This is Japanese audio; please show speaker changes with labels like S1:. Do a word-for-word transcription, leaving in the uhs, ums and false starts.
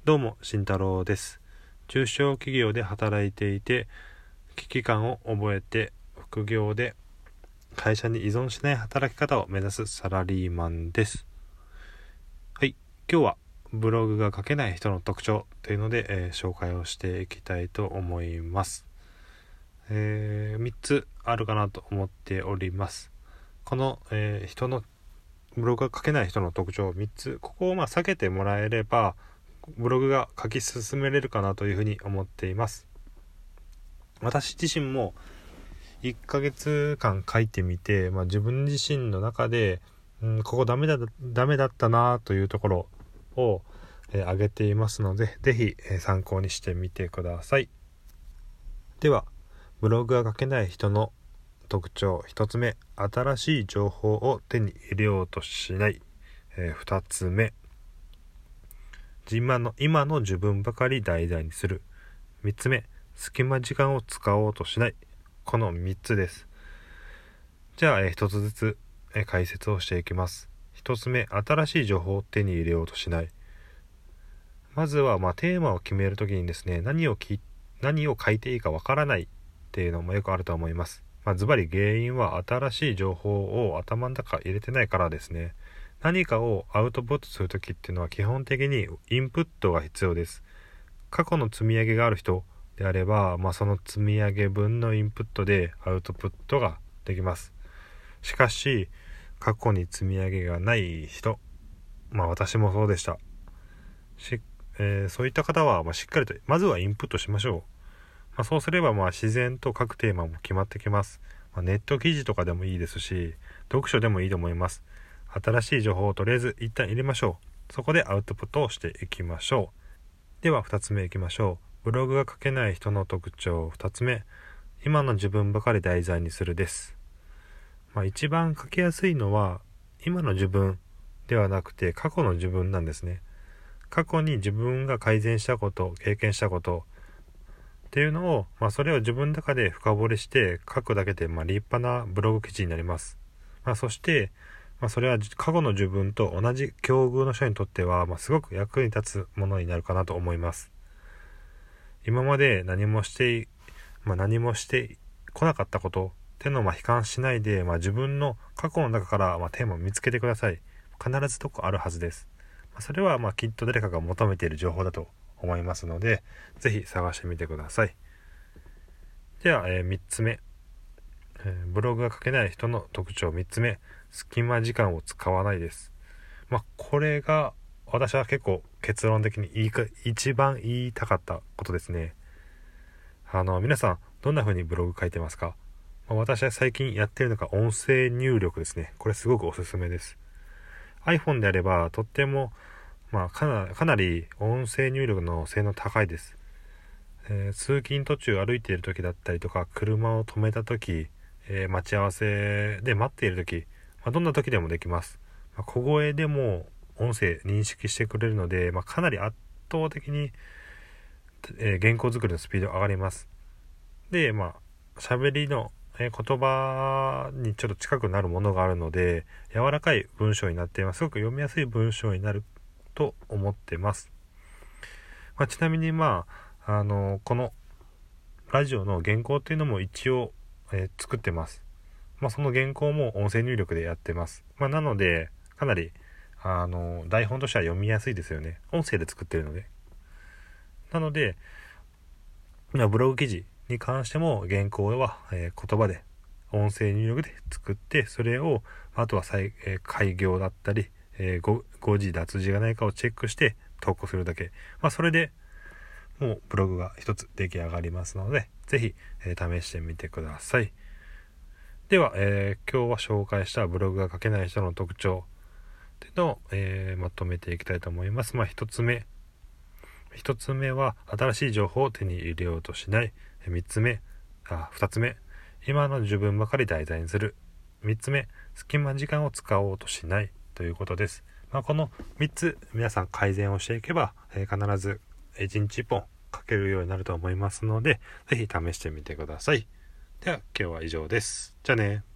S1: どうも慎太郎です。中小企業で働いていて危機感を覚えて副業で会社に依存しない働き方を目指すサラリーマンです。はい、今日はブログが書けない人の特徴というので、えー、紹介をしていきたいと思います。えー、みっつあるかなと思っております。この、えー、人のブログが書けない人の特徴みっつ、ここをまあ避けてもらえればブログが書き進めれるかなというふうに思っています。私自身もいっかげつかん書いてみて、まあ、自分自身の中で、うん、ここダメだダメだったなというところを、えー、挙げていますので、ぜひ、えー、参考にしてみてください。では、ブログが書けない人の特徴ひとつめ、新しい情報を手に入れようとしない。えー、ふたつめ、今の今の自分ばかり題材にする。みっつめ、隙間時間を使おうとしない。このみっつです。じゃあ、えー、ひとつずつ、えー、解説をしていきます。ひとつめ、新しい情報を手に入れようとしない。まずは、まあ、テーマを決めるときにですね、何をき何を書いていいかわからないっていうのもよくあると思います。まあ、ズバリ原因は新しい情報を頭の中入れてないからですね。何かをアウトプットするときっていうのは基本的にインプットが必要です。過去の積み上げがある人であれば、まあ、その積み上げ分のインプットでアウトプットができます。しかし過去に積み上げがない人、まあ私もそうでしたし、えー、そういった方はまあしっかりとまずはインプットしましょう。まあ、そうすればまあ自然と各テーマも決まってきます。まあ、ネット記事とかでもいいですし、読書でもいいと思います。新しい情報をとりあえず一旦入れましょう。そこでアウトプットをしていきましょう。ではふたつめいきましょう。ブログが書けない人の特徴ふたつめ、今の自分ばかり題材にするです。まあ、一番書きやすいのは今の自分ではなくて過去の自分なんですね。過去に自分が改善したこと、経験したことっていうのを、まあ、それを自分の中で深掘りして書くだけで、まあ、立派なブログ記事になります。まあ、そして、まあ、それは過去の自分と同じ境遇の人にとっては、まあ、すごく役に立つものになるかなと思います。今まで何もして、まあ、何もしてこなかったことっていうのをまあ悲観しないで、まあ、自分の過去の中からまあテーマを見つけてください。必ずどこあるはずです。まあ、それはまあきっと誰かが求めている情報だと思いますので、ぜひ探してみてください。では、えー、みっつめ、えー、ブログが書けない人の特徴みっつめ、隙間時間を使わないです。まあ、これが私は結構結論的に言いか一番言いたかったことですね。あの皆さんどんな風にブログ書いてますか？まあ、私は最近やってるのが音声入力ですね。これすごくおすすめです。iPhone であればとっても、まあ、かな、かなり音声入力の性能高いです。えー、通勤途中歩いている時だったりとか、車を止めた時、えー、待ち合わせで待っている時、まあ、どんな時でもできます。まあ、小声でも音声認識してくれるので、まあ、かなり圧倒的に、えー、原稿作りのスピード上がります。で、まあ喋りの、えー、言葉にちょっと近くなるものがあるので、柔らかい文章になっています。すごく読みやすい文章になると思ってます。まあ、ちなみにまああのこのラジオの原稿っていうのも一応、えー、作ってます。まあ、その原稿も音声入力でやってます。まあ、なのでかなりあの台本としては読みやすいですよね。音声で作ってるので。なので、ブログ記事に関しても原稿は、えー、言葉で音声入力で作って、それをあとは再、えー、改行だったり、えー、誤字脱字がないかをチェックして投稿するだけ。まあ、それでもうブログが一つ出来上がりますので、ぜひ、えー、試してみてください。では、えー、今日は紹介したブログが書けない人の特徴っていうのを、えー、まとめていきたいと思います。まあ、一つ目一つ目は新しい情報を手に入れようとしない。三つ目あ二つ目、今の自分ばかり題材にする。三つ目、隙間時間を使おうとしないということです。まあ、この三つ皆さん改善をしていけば、えー、必ず一日一本書けるようになると思いますので、ぜひ試してみてください。では今日は以上です。じゃあね。